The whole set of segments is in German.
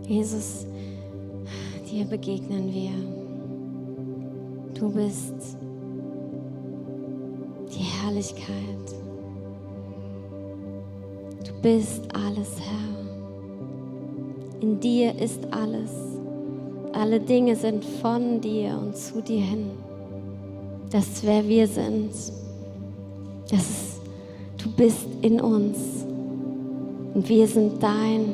Jesus, dir begegnen wir. Du bist die Herrlichkeit. Du bist alles, Herr. In dir ist alles. Alle Dinge sind von dir und zu dir hin. Das ist, wer wir sind. Du bist in uns und wir sind dein.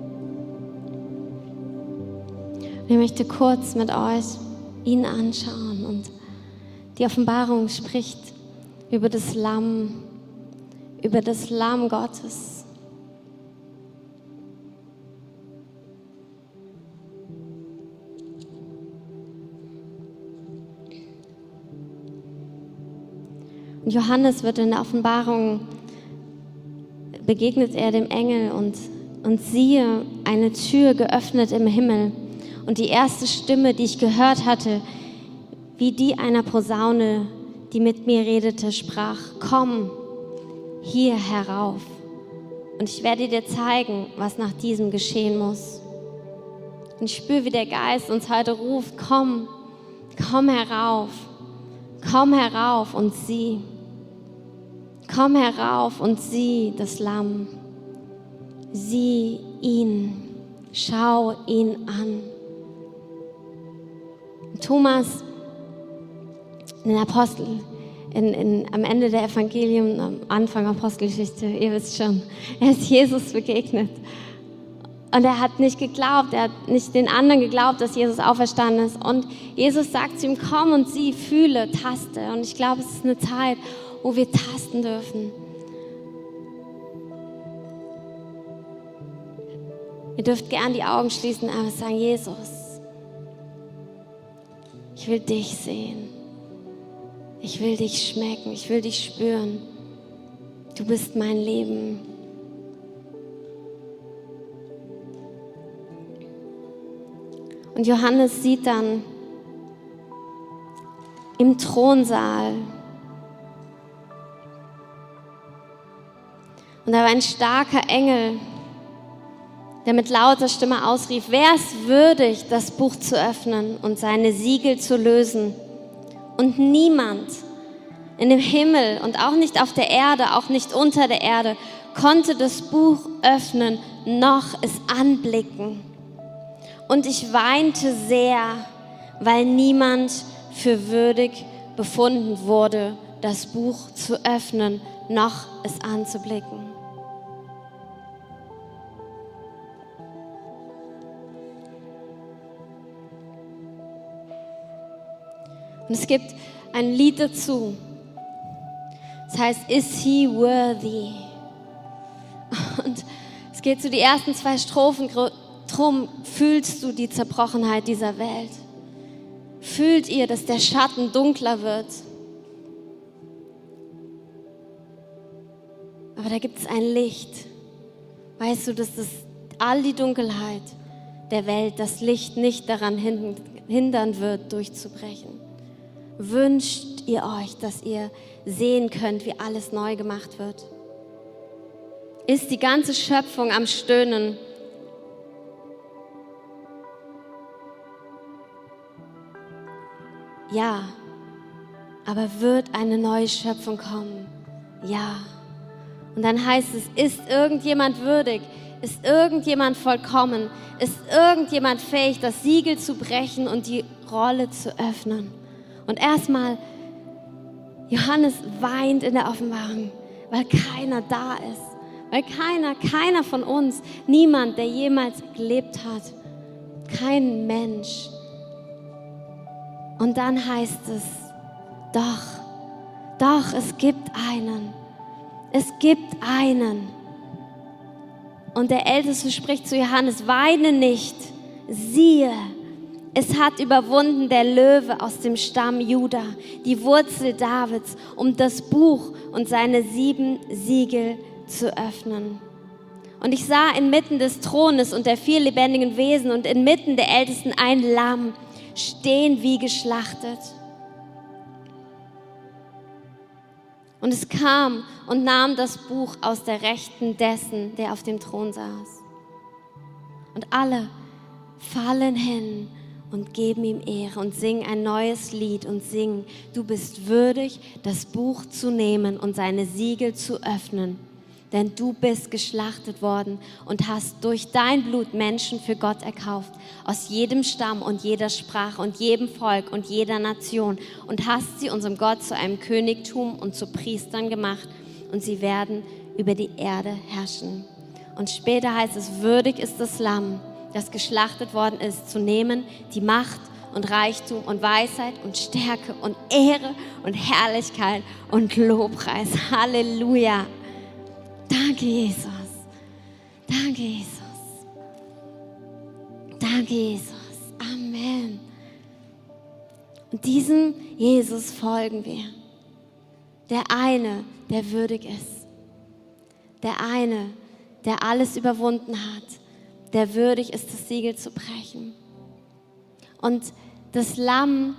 Und ich möchte kurz mit euch ihn anschauen und die Offenbarung spricht über das Lamm Gottes. Und Johannes wird in der Offenbarung, begegnet er dem Engel und siehe, eine Tür geöffnet im Himmel. Und die erste Stimme, die ich gehört hatte, wie die einer Posaune, die mit mir redete, sprach: Komm hier herauf und ich werde dir zeigen, was nach diesem geschehen muss. Und ich spüre, wie der Geist uns heute ruft: Komm herauf und sieh. Komm herauf und sieh das Lamm. Sieh ihn, schau ihn an. Thomas, am Ende der Evangelium, am Anfang der Apostelgeschichte, ihr wisst schon, er ist Jesus begegnet. Und er hat nicht geglaubt, er hat nicht den anderen geglaubt, dass Jesus auferstanden ist. Und Jesus sagt zu ihm: Komm und sieh, fühle, taste. Und ich glaube, es ist eine Zeit, wo wir tasten dürfen. Ihr dürft gern die Augen schließen, aber sagen: Jesus, ich will dich sehen. Ich will dich schmecken, ich will dich spüren. Du bist mein Leben. Und Johannes sieht dann im Thronsaal, und da war ein starker Engel, der mit lauter Stimme ausrief: Wer ist würdig, das Buch zu öffnen und seine Siegel zu lösen? Und niemand in dem Himmel und auch nicht auf der Erde, auch nicht unter der Erde, konnte das Buch öffnen, noch es anblicken. Und ich weinte sehr, weil niemand für würdig befunden wurde, das Buch zu öffnen, noch es anzublicken. Und es gibt ein Lied dazu. Das heißt, Is he worthy? Und es geht so die ersten 2 Strophen drum: Fühlst du die Zerbrochenheit dieser Welt? Fühlt ihr, dass der Schatten dunkler wird? Aber da gibt es ein Licht. Weißt du, dass all die Dunkelheit der Welt das Licht nicht daran hindern wird, durchzubrechen? Wünscht ihr euch, dass ihr sehen könnt, wie alles neu gemacht wird? Ist die ganze Schöpfung am Stöhnen? Ja, aber wird eine neue Schöpfung kommen? Ja. Und dann heißt es: Ist irgendjemand würdig? Ist irgendjemand vollkommen? Ist irgendjemand fähig, das Siegel zu brechen und die Rolle zu öffnen? Und erstmal, Johannes weint in der Offenbarung, weil keiner da ist. Weil keiner von uns, niemand, der jemals gelebt hat, kein Mensch. Und dann heißt es: Doch, es gibt einen. Es gibt einen. Und der Älteste spricht zu Johannes: Weine nicht, siehe, es hat überwunden der Löwe aus dem Stamm Juda, die Wurzel Davids, um das Buch und seine 7 Siegel zu öffnen. Und ich sah inmitten des Thrones und der 4 lebendigen Wesen und inmitten der Ältesten ein Lamm stehen wie geschlachtet. Und es kam und nahm das Buch aus der Rechten dessen, der auf dem Thron saß. Und alle fallen hin und geben ihm Ehre und singen ein neues Lied und singen, du bist würdig, das Buch zu nehmen und seine Siegel zu öffnen. Denn du bist geschlachtet worden und hast durch dein Blut Menschen für Gott erkauft, aus jedem Stamm und jeder Sprache und jedem Volk und jeder Nation und hast sie unserem Gott zu einem Königtum und zu Priestern gemacht und sie werden über die Erde herrschen. Und später heißt es, würdig ist das Lamm, das geschlachtet worden ist, zu nehmen die Macht und Reichtum und Weisheit und Stärke und Ehre und Herrlichkeit und Lobpreis. Halleluja. Danke, Jesus. Danke, Jesus. Danke, Jesus. Amen. Und diesem Jesus folgen wir. Der eine, der würdig ist. Der eine, der alles überwunden hat. Der würdig ist, das Siegel zu brechen. Und das Lamm,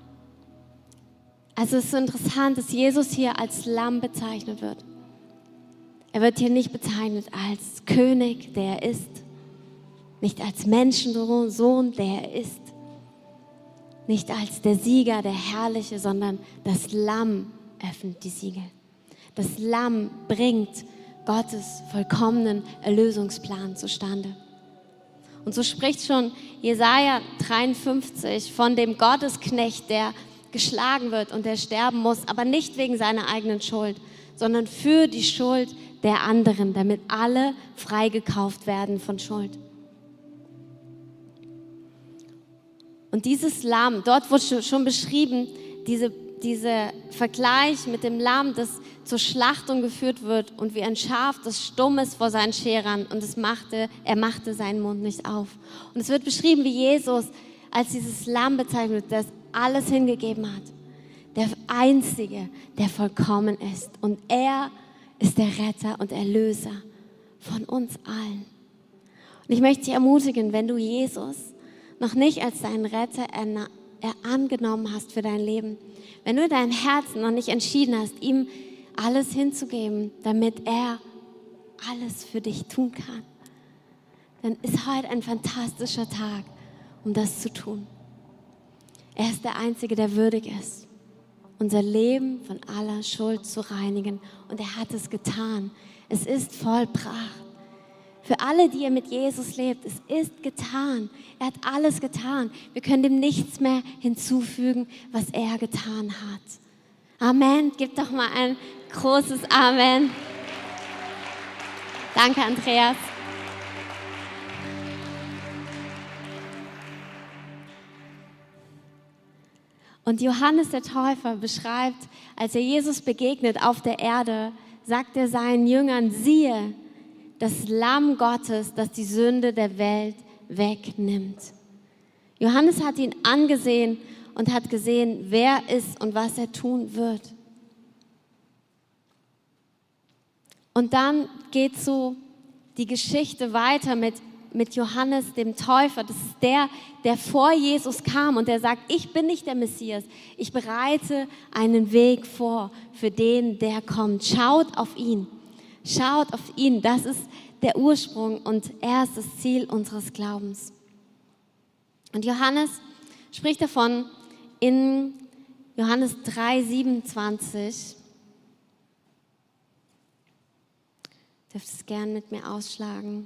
also es ist so interessant, dass Jesus hier als Lamm bezeichnet wird. Er wird hier nicht bezeichnet als König, der er ist, nicht als Menschensohn, der er ist, nicht als der Sieger, der Herrliche, sondern das Lamm öffnet die Siegel. Das Lamm bringt Gottes vollkommenen Erlösungsplan zustande. Und so spricht schon Jesaja 53 von dem Gottesknecht, der geschlagen wird und der sterben muss, aber nicht wegen seiner eigenen Schuld, sondern für die Schuld der anderen, damit alle freigekauft werden von Schuld. Und dieses Lamm, dort wurde schon beschrieben, dieser Vergleich mit dem Lamm, das zur Schlachtung geführt wird und wie ein Schaf, das stumm ist vor seinen Scherern und er machte seinen Mund nicht auf. Und es wird beschrieben, wie Jesus als dieses Lamm bezeichnet wird, das alles hingegeben hat. Der Einzige, der vollkommen ist. Und er ist der Retter und Erlöser von uns allen. Und ich möchte dich ermutigen, wenn du Jesus noch nicht als deinen Retter angenommen hast für dein Leben, wenn du in deinem Herzen noch nicht entschieden hast, ihm alles hinzugeben, damit er alles für dich tun kann, dann ist heute ein fantastischer Tag, um das zu tun. Er ist der Einzige, der würdig ist, unser Leben von aller Schuld zu reinigen. Und er hat es getan. Es ist vollbracht. Für alle, die ihr mit Jesus lebt, es ist getan. Er hat alles getan. Wir können dem nichts mehr hinzufügen, was er getan hat. Amen. Gib doch mal ein großes Amen. Danke, Andreas. Und Johannes der Täufer beschreibt, als er Jesus begegnet auf der Erde, sagt er seinen Jüngern, siehe, das Lamm Gottes, das die Sünde der Welt wegnimmt. Johannes hat ihn angesehen und hat gesehen, wer er ist und was er tun wird. Und dann geht so die Geschichte weiter mit Johannes dem Täufer. Das ist der vor Jesus kam und der sagt, ich bin nicht der Messias. Ich bereite einen Weg vor für den, der kommt. Schaut auf ihn. Schaut auf ihn. Das ist der Ursprung und er ist das Ziel unseres Glaubens. Und Johannes spricht davon in Johannes 3,27. Ihr dürft es gern mit mir ausschlagen.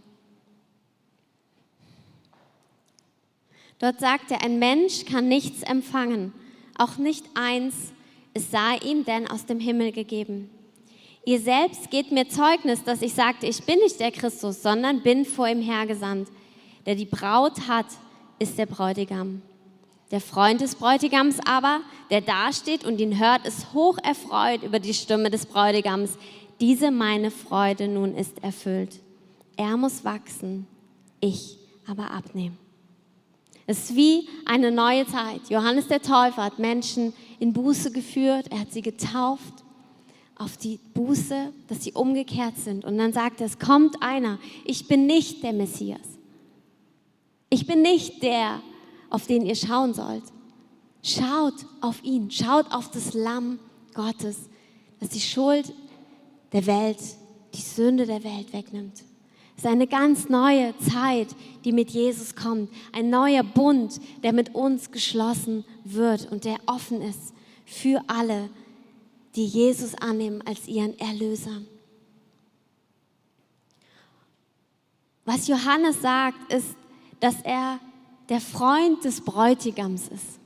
Dort sagt er, ein Mensch kann nichts empfangen, auch nicht eins, es sei ihm denn aus dem Himmel gegeben. Ihr selbst gebt mir Zeugnis, dass ich sagte, ich bin nicht der Christus, sondern bin vor ihm hergesandt. Der die Braut hat, ist der Bräutigam. Der Freund des Bräutigams aber, der dasteht und ihn hört, ist hoch erfreut über die Stimme des Bräutigams. Diese meine Freude nun ist erfüllt. Er muss wachsen, ich aber abnehmen. Es ist wie eine neue Zeit. Johannes der Täufer hat Menschen in Buße geführt, er hat sie getauft auf die Buße, dass sie umgekehrt sind. Und dann sagt er, es kommt einer, ich bin nicht der Messias. Ich bin nicht der, auf den ihr schauen sollt. Schaut auf ihn, schaut auf das Lamm Gottes, das die Schuld der Welt, die Sünde der Welt wegnimmt. Es ist eine ganz neue Zeit, die mit Jesus kommt. Ein neuer Bund, der mit uns geschlossen wird und der offen ist für alle, die Jesus annehmen als ihren Erlöser. Was Johannes sagt, ist, dass er der Freund des Bräutigams ist.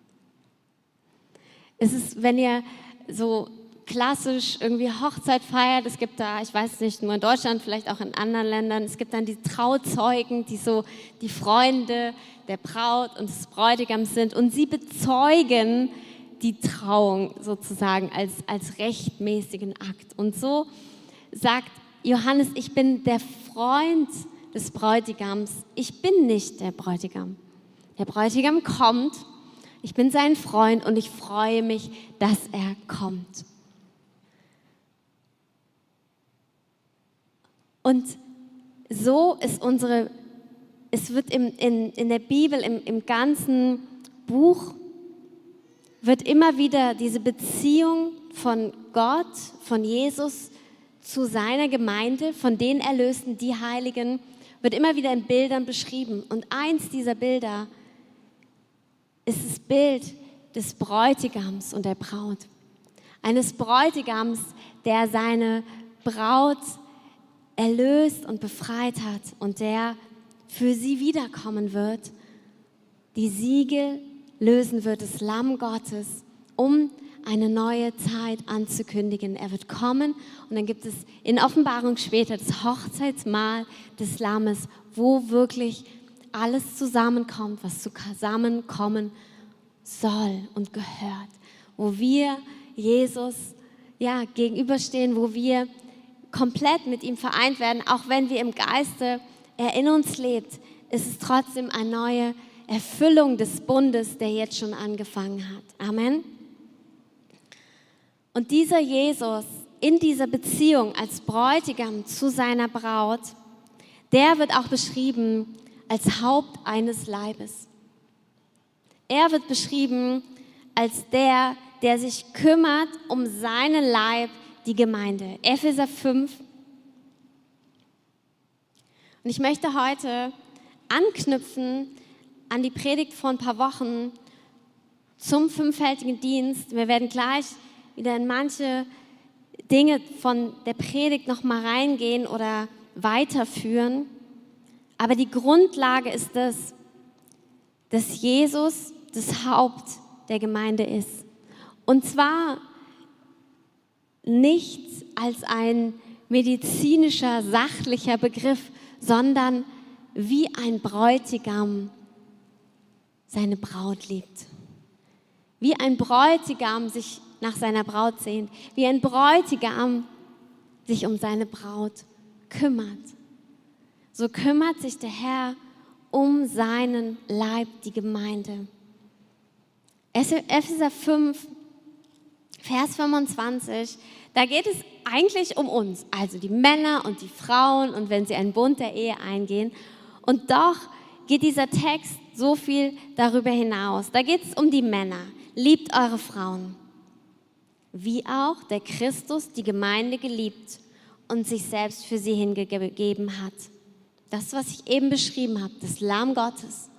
Es ist, wenn ihr so klassisch irgendwie Hochzeit feiert, es gibt da, ich weiß nicht, nur in Deutschland, vielleicht auch in anderen Ländern, es gibt dann die Trauzeugen, die so die Freunde der Braut und des Bräutigams sind und sie bezeugen die Trauung sozusagen als rechtmäßigen Akt. Und so sagt Johannes, ich bin der Freund des Bräutigams, ich bin nicht der Bräutigam. Der Bräutigam kommt, ich bin sein Freund und ich freue mich, dass er kommt. Und so ist es wird in der Bibel, im ganzen Buch, wird immer wieder diese Beziehung von Gott, von Jesus zu seiner Gemeinde, von den Erlösten, die Heiligen, wird immer wieder in Bildern beschrieben. Und eins dieser Bilder ist das Bild des Bräutigams und der Braut. Eines Bräutigams, der seine Braut erlöst und befreit hat und der für sie wiederkommen wird, die Siegel lösen wird, das Lamm Gottes, um eine neue Zeit anzukündigen. Er wird kommen und dann gibt es in Offenbarung später das Hochzeitsmahl des Lammes, wo wirklich alles zusammenkommt, was zusammenkommen soll und gehört. Wo wir Jesus gegenüberstehen, wo wir komplett mit ihm vereint werden, auch wenn wir im Geiste, er in uns lebt, ist es trotzdem eine neue Erfüllung des Bundes, der jetzt schon angefangen hat. Amen. Und dieser Jesus in dieser Beziehung als Bräutigam zu seiner Braut, der wird auch beschrieben als Haupt eines Leibes. Er wird beschrieben als der sich kümmert um seinen Leib, die Gemeinde. Epheser 5. Und ich möchte heute anknüpfen an die Predigt vor ein paar Wochen zum fünffältigen Dienst. Wir werden gleich wieder in manche Dinge von der Predigt noch mal reingehen oder weiterführen. Aber die Grundlage ist das, dass Jesus das Haupt der Gemeinde ist. Und zwar nicht als ein medizinischer, sachlicher Begriff, sondern wie ein Bräutigam seine Braut liebt. Wie ein Bräutigam sich nach seiner Braut sehnt. Wie ein Bräutigam sich um seine Braut kümmert. So kümmert sich der Herr um seinen Leib, die Gemeinde. Epheser 5, Vers 25, da geht es eigentlich um uns, also die Männer und die Frauen und wenn sie einen Bund der Ehe eingehen. Und doch geht dieser Text so viel darüber hinaus. Da geht es um die Männer. Liebt eure Frauen, wie auch der Christus die Gemeinde geliebt und sich selbst für sie hingegeben hat. Das, was ich eben beschrieben habe, das Lamm Gottes,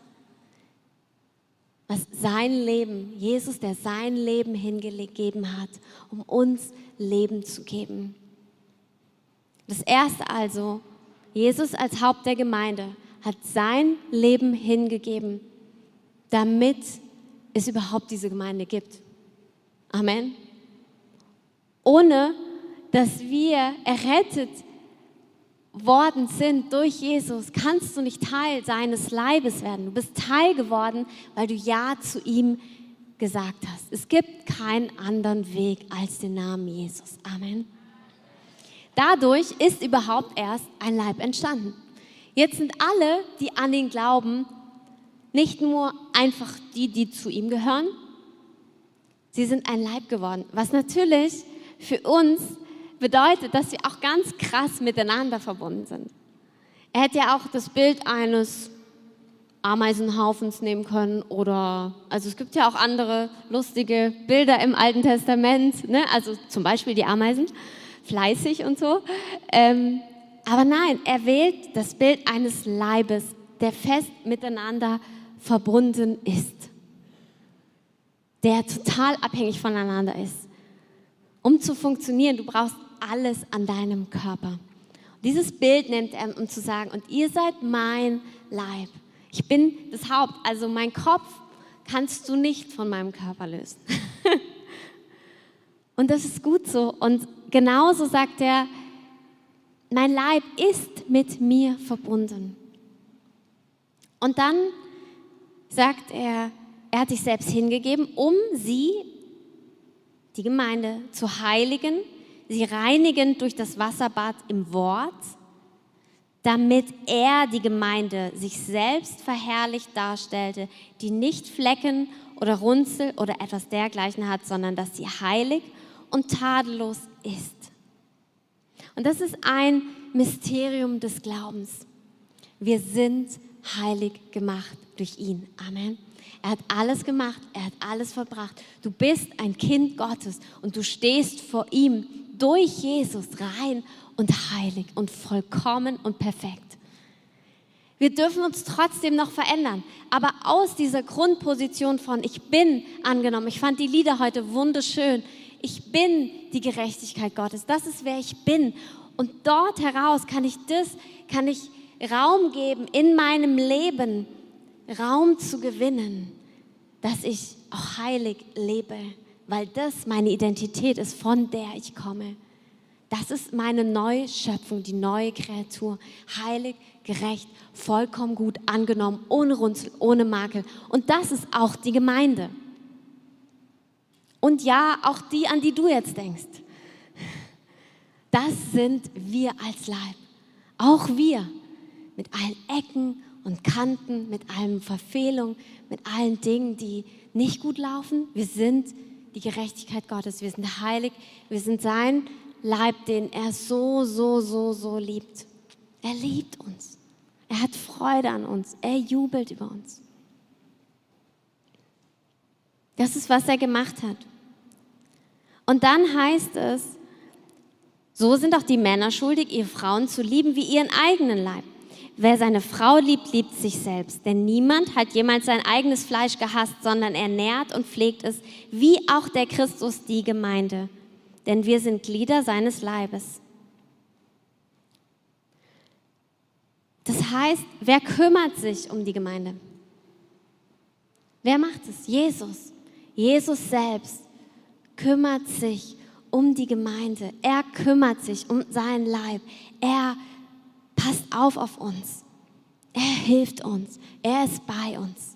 was sein Leben, Jesus, der sein Leben hingegeben hat, um uns Leben zu geben. Das Erste also, Jesus als Haupt der Gemeinde hat sein Leben hingegeben, damit es überhaupt diese Gemeinde gibt. Amen. Ohne, dass wir errettet worden sind durch Jesus, kannst du nicht Teil seines Leibes werden. Du bist Teil geworden, weil du Ja zu ihm gesagt hast. Es gibt keinen anderen Weg als den Namen Jesus. Amen. Dadurch ist überhaupt erst ein Leib entstanden. Jetzt sind alle, die an ihn glauben, nicht nur einfach die zu ihm gehören, sie sind ein Leib geworden. Was natürlich für uns bedeutet, dass wir auch ganz krass miteinander verbunden sind. Er hätte ja auch das Bild eines Ameisenhaufens nehmen können oder, also es gibt ja auch andere lustige Bilder im Alten Testament, ne? Also zum Beispiel die Ameisen, fleißig und so. Aber nein, er wählt das Bild eines Leibes, der fest miteinander verbunden ist, der total abhängig voneinander ist. Um zu funktionieren, du brauchst alles an deinem Körper. Dieses Bild nimmt er, um zu sagen, und ihr seid mein Leib. Ich bin das Haupt, also mein Kopf kannst du nicht von meinem Körper lösen. Und das ist gut so. Und genauso sagt er, mein Leib ist mit mir verbunden. Und dann sagt er, er hat sich selbst hingegeben, um sie, die Gemeinde, zu heiligen, sie reinigen durch das Wasserbad im Wort, damit er die Gemeinde sich selbst verherrlicht darstellte, die nicht Flecken oder Runzel oder etwas dergleichen hat, sondern dass sie heilig und tadellos ist. Und das ist ein Mysterium des Glaubens. Wir sind heilig gemacht durch ihn. Amen. Er hat alles gemacht, er hat alles vollbracht. Du bist ein Kind Gottes und du stehst vor ihm durch Jesus rein und heilig und vollkommen und perfekt. Wir dürfen uns trotzdem noch verändern, aber aus dieser Grundposition von ich bin angenommen. Ich fand die Lieder heute wunderschön. Ich bin die Gerechtigkeit Gottes. Das ist, wer ich bin. Und dort heraus kann ich Raum geben, in meinem Leben Raum zu gewinnen, dass ich auch heilig lebe, weil das meine Identität ist, von der ich komme. Das ist meine neue Schöpfung, die neue Kreatur. Heilig, gerecht, vollkommen gut, angenommen, ohne Runzel, ohne Makel. Und das ist auch die Gemeinde. Und ja, auch die, an die du jetzt denkst. Das sind wir als Leib. Auch wir. Mit allen Ecken und Kanten, mit allen Verfehlungen, mit allen Dingen, die nicht gut laufen. Wir sind die Gerechtigkeit Gottes. Wir sind heilig. Wir sind sein Leib, den er so liebt. Er liebt uns. Er hat Freude an uns. Er jubelt über uns. Das ist, was er gemacht hat. Und dann heißt es, so sind auch die Männer schuldig, ihre Frauen zu lieben wie ihren eigenen Leib. Wer seine Frau liebt, liebt sich selbst. Denn niemand hat jemals sein eigenes Fleisch gehasst, sondern er nährt und pflegt es, wie auch der Christus die Gemeinde. Denn wir sind Glieder seines Leibes. Das heißt, wer kümmert sich um die Gemeinde? Wer macht es? Jesus. Jesus selbst kümmert sich um die Gemeinde. Er kümmert sich um seinen Leib. Er passt auf uns. Er hilft uns. Er ist bei uns.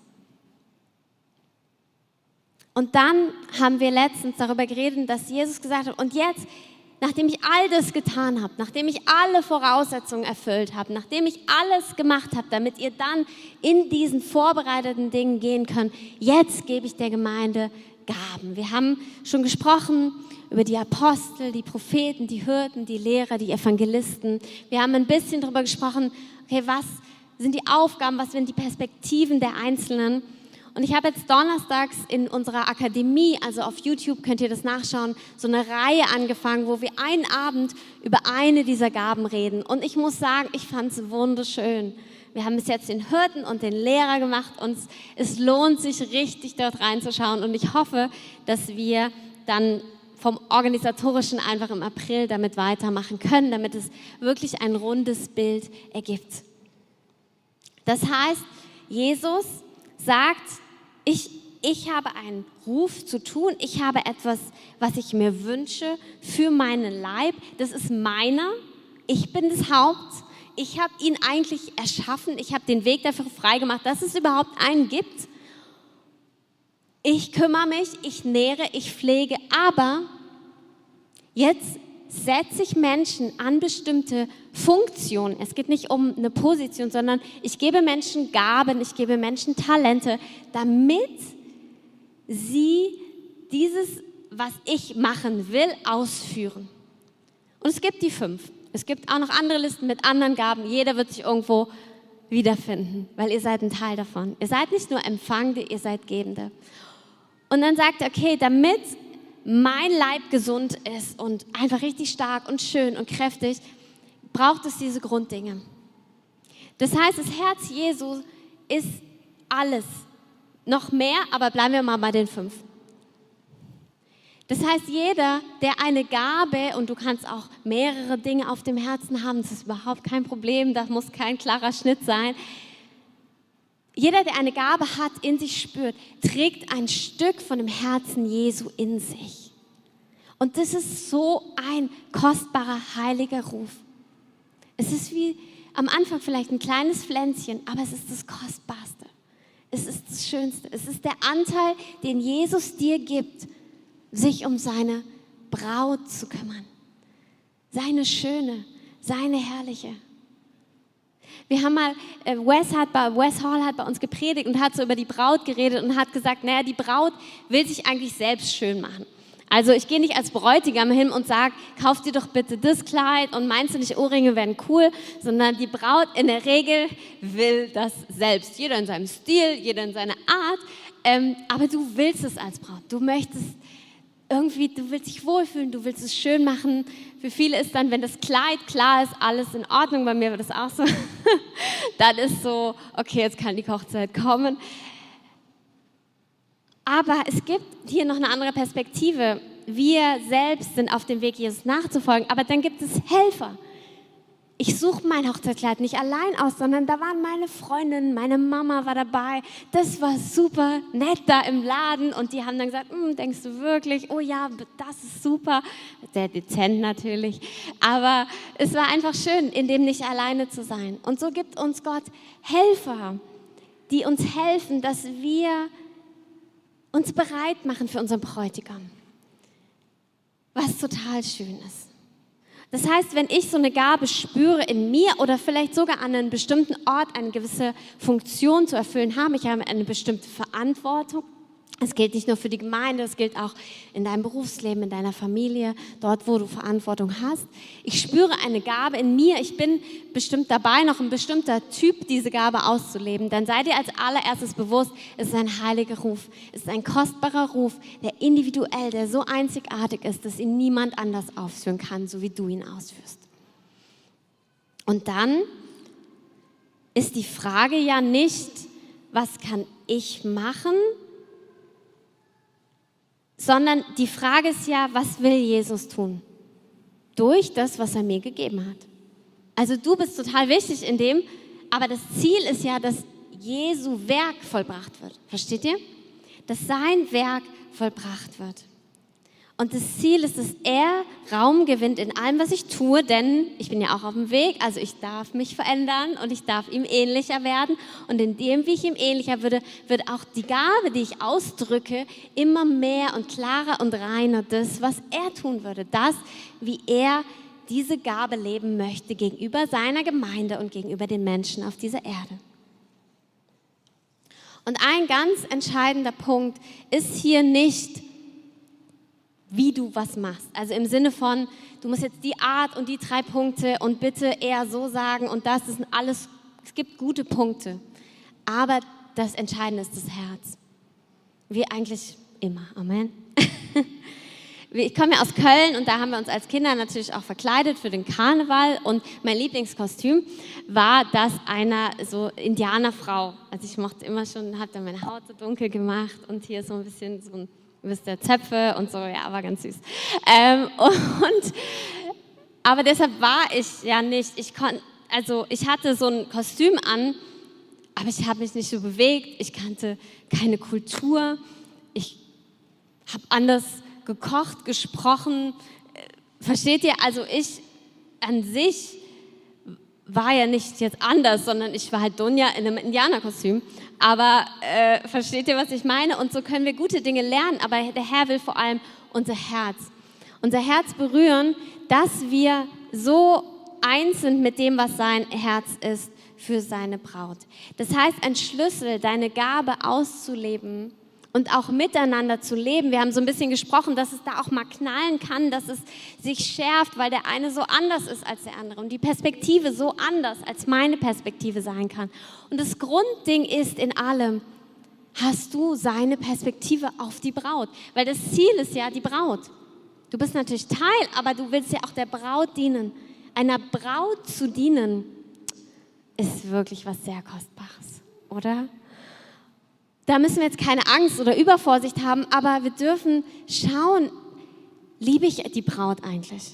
Und dann haben wir letztens darüber geredet, dass Jesus gesagt hat, und jetzt, nachdem ich all das getan habe, nachdem ich alle Voraussetzungen erfüllt habe, nachdem ich alles gemacht habe, damit ihr dann in diesen vorbereiteten Dingen gehen könnt, jetzt gebe ich der Gemeinde Gaben. Wir haben schon gesprochen über die Apostel, die Propheten, die Hirten, die Lehrer, die Evangelisten. Wir haben ein bisschen darüber gesprochen, okay, was sind die Aufgaben, was sind die Perspektiven der Einzelnen. Und ich habe jetzt donnerstags in unserer Akademie, also auf YouTube könnt ihr das nachschauen, so eine Reihe angefangen, wo wir einen Abend über eine dieser Gaben reden. Und ich muss sagen, ich fand es wunderschön. Wir haben bis jetzt den Hirten und den Lehrer gemacht und es lohnt sich richtig dort reinzuschauen. Und ich hoffe, dass wir dann vom Organisatorischen einfach im April damit weitermachen können, damit es wirklich ein rundes Bild ergibt. Das heißt, Jesus sagt, ich habe einen Ruf zu tun, ich habe etwas, was ich mir wünsche für meinen Leib, das ist meiner, ich bin das Haupt, ich habe ihn eigentlich erschaffen, ich habe den Weg dafür freigemacht, dass es überhaupt einen gibt. Ich kümmere mich, ich nähre, ich pflege, aber jetzt setze ich Menschen an bestimmte Funktionen. Es geht nicht um eine Position, sondern ich gebe Menschen Gaben, ich gebe Menschen Talente, damit sie dieses, was ich machen will, ausführen. Und es gibt die 5. Es gibt auch noch andere Listen mit anderen Gaben. Jeder wird sich irgendwo wiederfinden, weil ihr seid ein Teil davon. Ihr seid nicht nur Empfangende, ihr seid Gebende. Und dann sagt er, okay, damit mein Leib gesund ist und einfach richtig stark und schön und kräftig, braucht es diese Grunddinge. Das heißt, das Herz Jesu ist alles. Noch mehr, aber bleiben wir mal bei den 5. Das heißt, jeder, der eine Gabe, und du kannst auch mehrere Dinge auf dem Herzen haben, das ist überhaupt kein Problem, da muss kein klarer Schnitt sein. Jeder, der eine Gabe hat, in sich spürt, trägt ein Stück von dem Herzen Jesu in sich. Und das ist so ein kostbarer, heiliger Ruf. Es ist wie am Anfang vielleicht ein kleines Pflänzchen, aber es ist das Kostbarste. Es ist das Schönste. Es ist der Anteil, den Jesus dir gibt, sich um seine Braut zu kümmern. Seine schöne, seine herrliche. Wir haben mal, Wes Hall hat bei uns gepredigt und hat so über die Braut geredet und hat gesagt, naja, die Braut will sich eigentlich selbst schön machen. Also ich gehe nicht als Bräutigam hin und sage, kauf dir doch bitte das Kleid und meinst du nicht, Ohrringe wären cool, sondern die Braut in der Regel will das selbst. Jeder in seinem Stil, jeder in seiner Art, aber du willst es als Braut. Du möchtest irgendwie, du willst dich wohlfühlen, du willst es schön machen. Für viele ist dann, wenn das Kleid klar ist, alles in Ordnung. Bei mir war das auch so. Dann ist so, okay, jetzt kann die Hochzeit kommen. Aber es gibt hier noch eine andere Perspektive. Wir selbst sind auf dem Weg, Jesus nachzufolgen, aber dann gibt es Helfer. Ich suche mein Hochzeitskleid nicht allein aus, sondern da waren meine Freundinnen, meine Mama war dabei. Das war super nett da im Laden und die haben dann gesagt, denkst du wirklich? Oh ja, das ist super. Sehr dezent natürlich, aber es war einfach schön, in dem nicht alleine zu sein. Und so gibt uns Gott Helfer, die uns helfen, dass wir uns bereit machen für unseren Bräutigam, was total schön ist. Das heißt, wenn ich so eine Gabe spüre in mir oder vielleicht sogar an einem bestimmten Ort eine gewisse Funktion zu erfüllen habe, ich habe eine bestimmte Verantwortung. Es gilt nicht nur für die Gemeinde, es gilt auch in deinem Berufsleben, in deiner Familie, dort, wo du Verantwortung hast. Ich spüre eine Gabe in mir, ich bin bestimmt dabei, noch ein bestimmter Typ diese Gabe auszuleben. Dann sei dir als allererstes bewusst, es ist ein heiliger Ruf, es ist ein kostbarer Ruf, der individuell, der so einzigartig ist, dass ihn niemand anders ausführen kann, so wie du ihn ausführst. Und dann ist die Frage ja nicht, was kann ich machen, sondern die Frage ist ja, was will Jesus tun? Durch das, was er mir gegeben hat. Also du bist total wichtig in dem, aber das Ziel ist ja, dass Jesu Werk vollbracht wird. Versteht ihr? Dass sein Werk vollbracht wird. Und das Ziel ist, dass er Raum gewinnt in allem, was ich tue, denn ich bin ja auch auf dem Weg, also ich darf mich verändern und ich darf ihm ähnlicher werden. Und in dem, wie ich ihm ähnlicher würde, wird auch die Gabe, die ich ausdrücke, immer mehr und klarer und reiner das, was er tun würde. Das, wie er diese Gabe leben möchte gegenüber seiner Gemeinde und gegenüber den Menschen auf dieser Erde. Und ein ganz entscheidender Punkt ist hier nicht, wie du was machst. Also im Sinne von, du musst jetzt die Art und die 3 Punkte und bitte eher so sagen und das sind alles, es gibt gute Punkte. Aber das Entscheidende ist das Herz. Wie eigentlich immer. Amen. Ich komme ja aus Köln und da haben wir uns als Kinder natürlich auch verkleidet für den Karneval und mein Lieblingskostüm war das einer so Indianerfrau. Also ich mochte immer schon, habe dann meine Haut so dunkel gemacht und hier so ein bisschen so ein, wisst ihr, Zöpfe und so, ja, war ganz süß. Aber deshalb war ich ja nicht, ich hatte so ein Kostüm an, aber ich habe mich nicht so bewegt, ich kannte keine Kultur, ich habe anders gekocht, gesprochen, versteht ihr? Also ich an sich war ja nicht jetzt anders, sondern ich war halt Dunja in einem Indianerkostüm. Aber versteht ihr, was ich meine? Und so können wir gute Dinge lernen, aber der Herr will vor allem unser Herz berühren, dass wir so eins sind mit dem, was sein Herz ist für seine Braut. Das heißt, ein Schlüssel, deine Gabe auszuleben und auch miteinander zu leben. Wir haben so ein bisschen gesprochen, dass es da auch mal knallen kann, dass es sich schärft, weil der eine so anders ist als der andere und die Perspektive so anders als meine Perspektive sein kann. Und das Grundding ist in allem, hast du seine Perspektive auf die Braut? Weil das Ziel ist ja die Braut. Du bist natürlich Teil, aber du willst ja auch der Braut dienen. einer Braut zu dienen, ist wirklich was sehr Kostbares, oder? Da müssen wir jetzt keine Angst oder Übervorsicht haben, aber wir dürfen schauen, liebe ich die Braut eigentlich?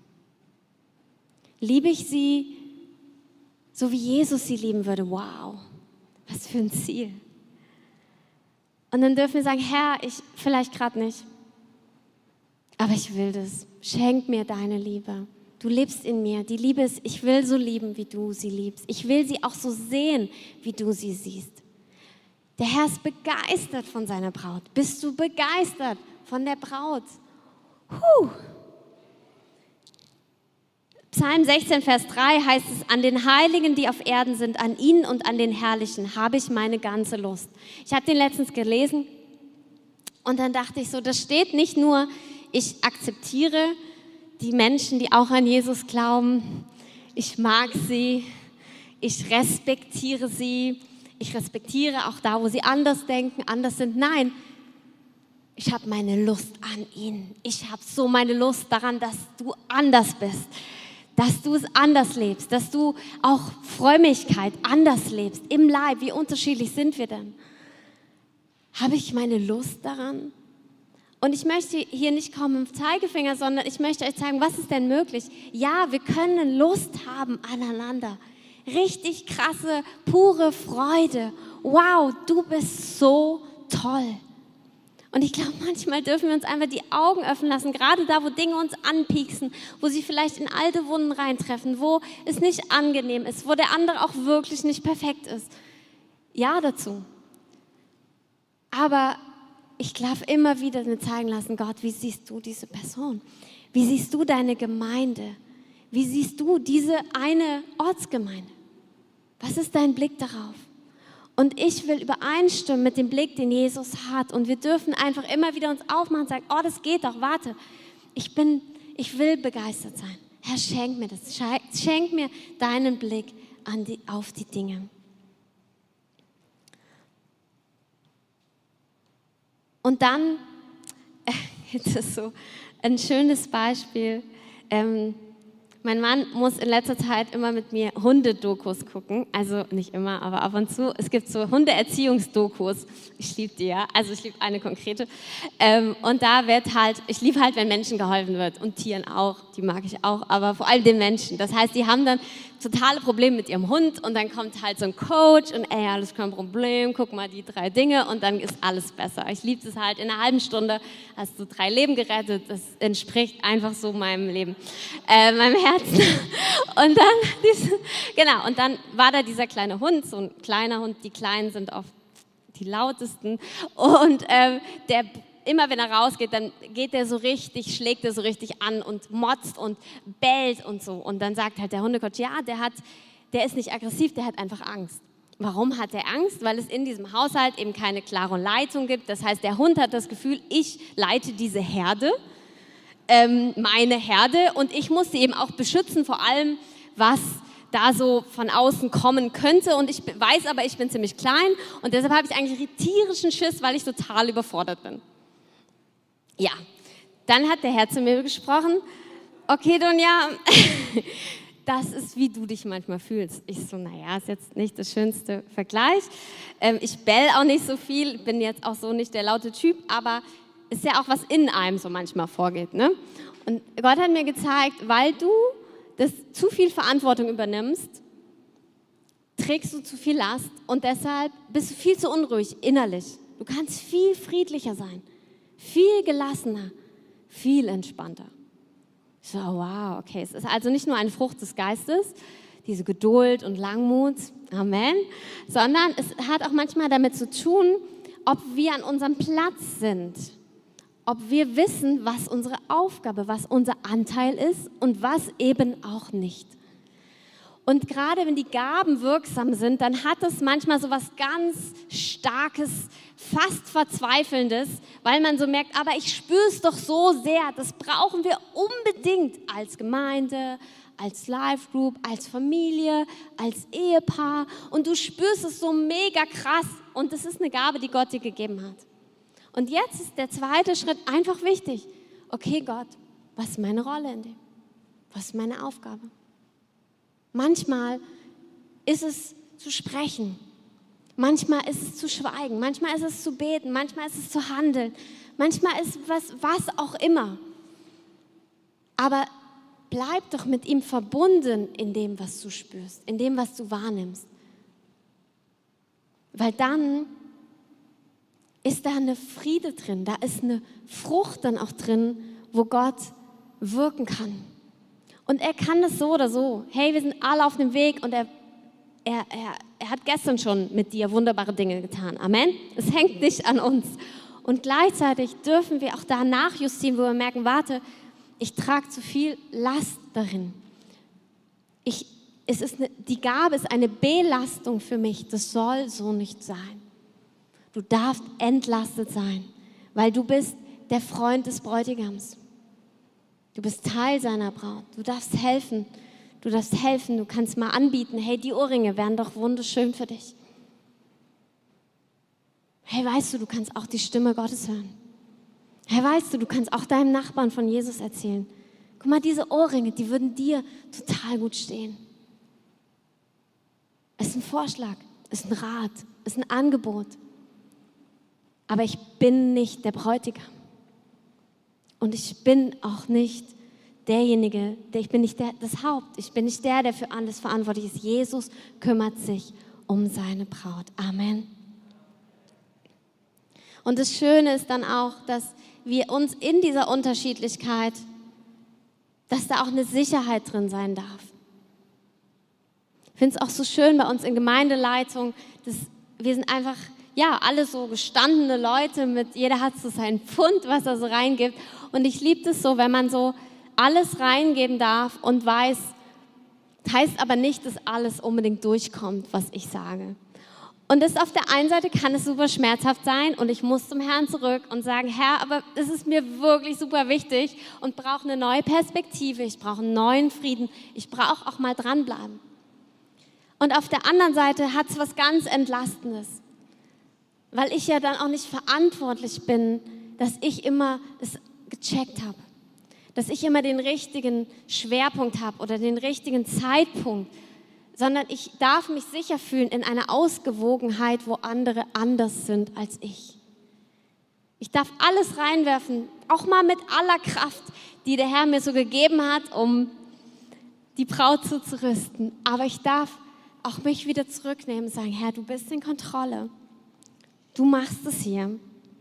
Liebe ich sie so, wie Jesus sie lieben würde? Wow, was für ein Ziel. Und dann dürfen wir sagen, Herr, ich vielleicht gerade nicht, aber ich will das. Schenk mir deine Liebe. Du lebst in mir. Die Liebe ist, ich will so lieben, wie du sie liebst. Ich will sie auch so sehen, wie du sie siehst. Der Herr ist begeistert von seiner Braut. Bist du begeistert von der Braut? Psalm 16, Vers 3 heißt es, an den Heiligen, die auf Erden sind, an ihnen und an den Herrlichen habe ich meine ganze Lust. Ich habe den letztens gelesen und dann dachte ich so, das steht nicht nur, ich akzeptiere die Menschen, die auch an Jesus glauben, ich mag sie, ich respektiere sie, ich respektiere auch da, wo sie anders denken, anders sind. Nein, ich habe meine Lust an ihnen. Ich habe so meine Lust daran, dass du anders bist, dass du es anders lebst, dass du auch Frömmigkeit anders lebst, im Leib. Wie unterschiedlich sind wir denn? Habe ich meine Lust daran? Und ich möchte hier nicht kommen mit dem Zeigefinger, sondern ich möchte euch zeigen, was ist denn möglich? Ja, wir können Lust haben aneinander. Richtig krasse, pure Freude. Wow, du bist so toll. Und ich glaube, manchmal dürfen wir uns einfach die Augen öffnen lassen, gerade da, wo Dinge uns anpieksen, wo sie vielleicht in alte Wunden reintreffen, wo es nicht angenehm ist, wo der andere auch wirklich nicht perfekt ist. Ja dazu. Aber ich darf immer wieder mir zeigen lassen, Gott, wie siehst du diese Person? Wie siehst du deine Gemeinde? Wie siehst du diese eine Ortsgemeinde? Was ist dein Blick darauf? Und ich will übereinstimmen mit dem Blick, den Jesus hat. Und wir dürfen einfach immer wieder uns aufmachen und sagen, oh, das geht doch, warte. Ich will begeistert sein. Herr, schenk mir das. Schenk mir deinen Blick auf die Dinge. Und dann gibt es so ein schönes Beispiel. Mein Mann muss in letzter Zeit immer mit mir Hundedokus gucken. Also nicht immer, aber ab und zu. Es gibt so Hundeerziehungsdokus. Ich liebe die, ja. Also ich liebe eine konkrete. Und da wird halt, ich liebe halt, wenn Menschen geholfen wird. Und Tieren auch, die mag ich auch. Aber vor allem den Menschen. Das heißt, die haben dann totale Probleme mit ihrem Hund. Und dann kommt halt so ein Coach und ey, alles kein Problem. Guck mal die 3 Dinge und dann ist alles besser. Ich liebe es halt. In einer halben Stunde hast du 3 Leben gerettet. Das entspricht einfach so meinem Leben, meinem Herzen. Und dann, und dann war da dieser kleine Hund, so ein kleiner Hund, die Kleinen sind oft die lautesten und immer wenn er rausgeht, dann geht der so richtig, schlägt er so richtig an und motzt und bellt und so. Und dann sagt halt der Hundecoach, ja, der ist nicht aggressiv, der hat einfach Angst. Warum hat er Angst? Weil es in diesem Haushalt eben keine klare Leitung gibt. Das heißt, der Hund hat das Gefühl, ich leite diese Herde, meine Herde, und ich muss sie eben auch beschützen vor allem, was da so von außen kommen könnte, und ich weiß aber, ich bin ziemlich klein und deshalb habe ich eigentlich tierischen Schiss, weil ich total überfordert bin. Ja, dann hat der Herr zu mir gesprochen, okay Dunja, das ist, wie du dich manchmal fühlst. Ich so, naja, ist jetzt nicht das schönste Vergleich. Ich bell auch nicht so viel, bin jetzt auch so nicht der laute Typ, aber ist ja auch, was in einem so manchmal vorgeht. Ne? Und Gott hat mir gezeigt, weil du zu viel Verantwortung übernimmst, trägst du zu viel Last und deshalb bist du viel zu unruhig innerlich. Du kannst viel friedlicher sein, viel gelassener, viel entspannter. Ich so, oh wow, okay. Es ist also nicht nur eine Frucht des Geistes, diese Geduld und Langmut, Amen, sondern es hat auch manchmal damit zu tun, ob wir an unserem Platz sind. Ob wir wissen, was unsere Aufgabe, was unser Anteil ist und was eben auch nicht. Und gerade wenn die Gaben wirksam sind, dann hat es manchmal so was ganz Starkes, fast Verzweifelndes, weil man so merkt, aber ich spüre es doch so sehr, das brauchen wir unbedingt als Gemeinde, als Life Group, als Familie, als Ehepaar, und du spürst es so mega krass und das ist eine Gabe, die Gott dir gegeben hat. Und jetzt ist der zweite Schritt einfach wichtig. Okay, Gott, was ist meine Rolle in dem? Was ist meine Aufgabe? Manchmal ist es zu sprechen. Manchmal ist es zu schweigen. Manchmal ist es zu beten. Manchmal ist es zu handeln. Manchmal ist es was auch immer. Aber bleib doch mit ihm verbunden in dem, was du spürst, in dem, was du wahrnimmst. Weil dann ist da eine Friede drin, da ist eine Frucht dann auch drin, wo Gott wirken kann. Und er kann es so oder so. Hey, wir sind alle auf dem Weg und er hat gestern schon mit dir wunderbare Dinge getan. Amen. Es hängt nicht an uns. Und gleichzeitig dürfen wir auch da nachjustieren, wo wir merken, warte, ich trage zu viel Last darin. Die Gabe ist eine Belastung für mich. Das soll so nicht sein. Du darfst entlastet sein, weil du bist der Freund des Bräutigams. Du bist Teil seiner Braut. Du darfst helfen. Du kannst mal anbieten, hey, die Ohrringe wären doch wunderschön für dich. Hey, weißt du, du kannst auch die Stimme Gottes hören. Hey, weißt du kannst auch deinem Nachbarn von Jesus erzählen. Guck mal, diese Ohrringe, die würden dir total gut stehen. Es ist ein Vorschlag, es ist ein Rat, es ist ein Angebot. Aber ich bin nicht der Bräutigam. Und ich bin auch nicht derjenige, ich bin nicht das Haupt. Ich bin nicht der für alles verantwortlich ist. Jesus kümmert sich um seine Braut. Amen. Und das Schöne ist dann auch, dass wir uns in dieser Unterschiedlichkeit, dass da auch eine Sicherheit drin sein darf. Ich finde es auch so schön bei uns in Gemeindeleitung, dass wir sind einfach, ja, alle so gestandene Leute, jeder hat so seinen Pfund, was er so reingibt. Und ich liebe das so, wenn man so alles reingeben darf und weiß, heißt aber nicht, dass alles unbedingt durchkommt, was ich sage. Und das auf der einen Seite kann es super schmerzhaft sein und ich muss zum Herrn zurück und sagen, Herr, aber es ist mir wirklich super wichtig und brauche eine neue Perspektive, ich brauche einen neuen Frieden, ich brauche auch mal dranbleiben. Und auf der anderen Seite hat es was ganz Entlastendes, weil ich ja dann auch nicht verantwortlich bin, dass ich immer es gecheckt habe, dass ich immer den richtigen Schwerpunkt habe oder den richtigen Zeitpunkt, sondern ich darf mich sicher fühlen in einer Ausgewogenheit, wo andere anders sind als ich. Ich darf alles reinwerfen, auch mal mit aller Kraft, die der Herr mir so gegeben hat, um die Braut zuzurüsten. Aber ich darf auch mich wieder zurücknehmen und sagen, Herr, du bist in Kontrolle. Du machst es hier.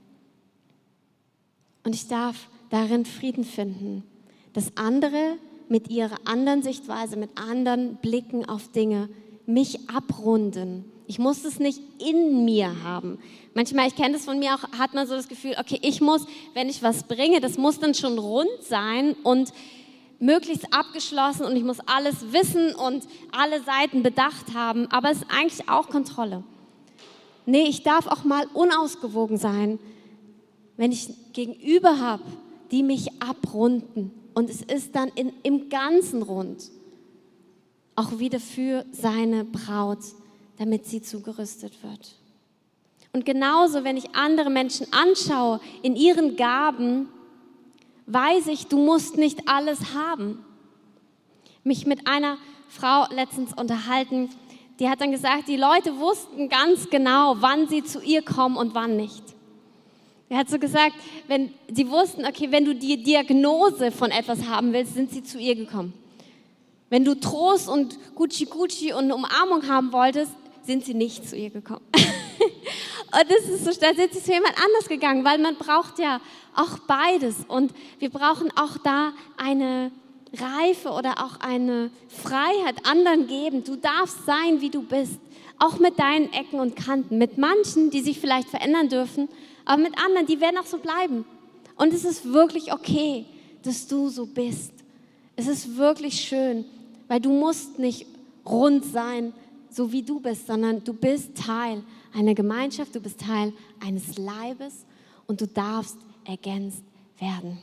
Und ich darf darin Frieden finden, dass andere mit ihrer anderen Sichtweise, mit anderen Blicken auf Dinge mich abrunden. Ich muss es nicht in mir haben. Manchmal, ich kenne das von mir auch, hat man so das Gefühl, okay, ich muss, wenn ich was bringe, das muss dann schon rund sein und möglichst abgeschlossen und ich muss alles wissen und alle Seiten bedacht haben, aber es ist eigentlich auch Kontrolle. Nee, ich darf auch mal unausgewogen sein, wenn ich Gegenüber habe, die mich abrunden. Und es ist dann im Ganzen rund, auch wieder für seine Braut, damit sie zugerüstet wird. Und genauso, wenn ich andere Menschen anschaue, in ihren Gaben, weiß ich, du musst nicht alles haben. Mich mit einer Frau letztens unterhalten, die hat dann gesagt, die Leute wussten ganz genau, wann sie zu ihr kommen und wann nicht. Er hat so gesagt, wenn sie wussten, okay, wenn du die Diagnose von etwas haben willst, sind sie zu ihr gekommen. Wenn du Trost und Gucci und eine Umarmung haben wolltest, sind sie nicht zu ihr gekommen. Und das ist so, da sind sie zu jemand anders gegangen, weil man braucht ja auch beides. Und wir brauchen auch da eine Reife oder auch eine Freiheit anderen geben. Du darfst sein, wie du bist, auch mit deinen Ecken und Kanten, mit manchen, die sich vielleicht verändern dürfen, aber mit anderen, die werden auch so bleiben. Und es ist wirklich okay, dass du so bist. Es ist wirklich schön, weil du musst nicht rund sein, so wie du bist, sondern du bist Teil einer Gemeinschaft, du bist Teil eines Leibes und du darfst ergänzt werden.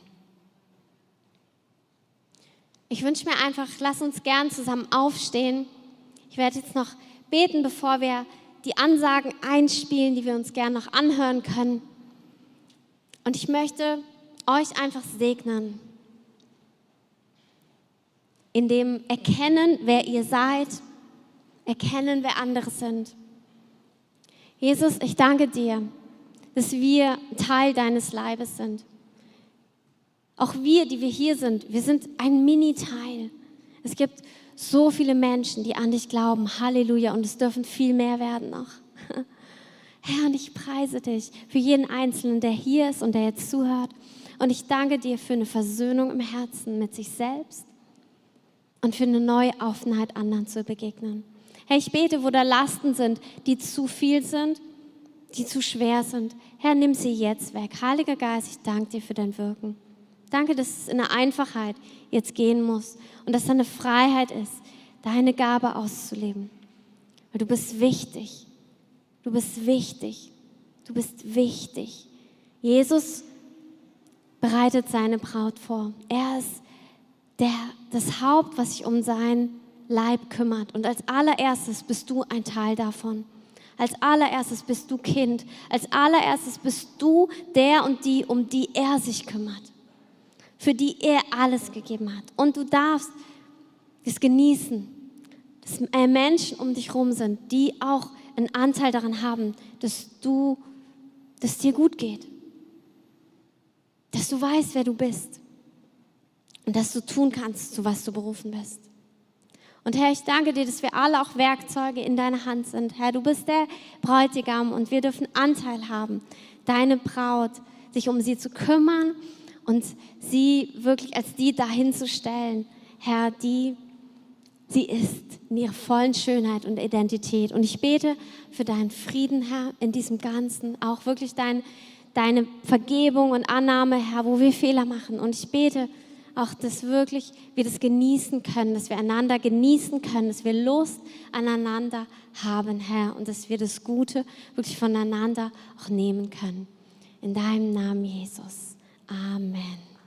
Ich wünsche mir einfach, lass uns gern zusammen aufstehen. Ich werde jetzt noch beten, bevor wir die Ansagen einspielen, die wir uns gern noch anhören können. Und ich möchte euch einfach segnen. in dem Erkennen, wer ihr seid, erkennen, wer andere sind. Jesus, ich danke dir, dass wir Teil deines Leibes sind. Auch wir, die wir hier sind, wir sind ein Mini-Teil. Es gibt so viele Menschen, die an dich glauben. Halleluja. Und es dürfen viel mehr werden noch. Herr, und ich preise dich für jeden Einzelnen, der hier ist und der jetzt zuhört. Und ich danke dir für eine Versöhnung im Herzen mit sich selbst und für eine neue Offenheit, anderen zu begegnen. Herr, ich bete, wo da Lasten sind, die zu viel sind, die zu schwer sind. Herr, nimm sie jetzt weg. Heiliger Geist, ich danke dir für dein Wirken. Danke, dass es in der Einfachheit jetzt gehen muss und dass da eine Freiheit ist, deine Gabe auszuleben. Weil du bist wichtig. Du bist wichtig. Du bist wichtig. Jesus bereitet seine Braut vor. Er ist das Haupt, was sich um seinen Leib kümmert. Und als allererstes bist du ein Teil davon. Als allererstes bist du Kind. Als allererstes bist du der und die, um die er sich kümmert. Für die er alles gegeben hat. Und du darfst es genießen, dass Menschen um dich herum sind, die auch einen Anteil daran haben, dass es dir gut geht. Dass du weißt, wer du bist. Und dass du tun kannst, zu was du berufen bist. Und Herr, ich danke dir, dass wir alle auch Werkzeuge in deiner Hand sind. Herr, du bist der Bräutigam und wir dürfen Anteil haben, deine Braut, sich um sie zu kümmern und sie wirklich als die dahin zu stellen, Herr, die sie ist in ihrer vollen Schönheit und Identität. Und ich bete für deinen Frieden, Herr, in diesem Ganzen, auch wirklich deine Vergebung und Annahme, Herr, wo wir Fehler machen. Und ich bete auch, dass wirklich wir das genießen können, dass wir einander genießen können, dass wir Lust aneinander haben, Herr, und dass wir das Gute wirklich voneinander auch nehmen können. In deinem Namen, Jesus. Amen.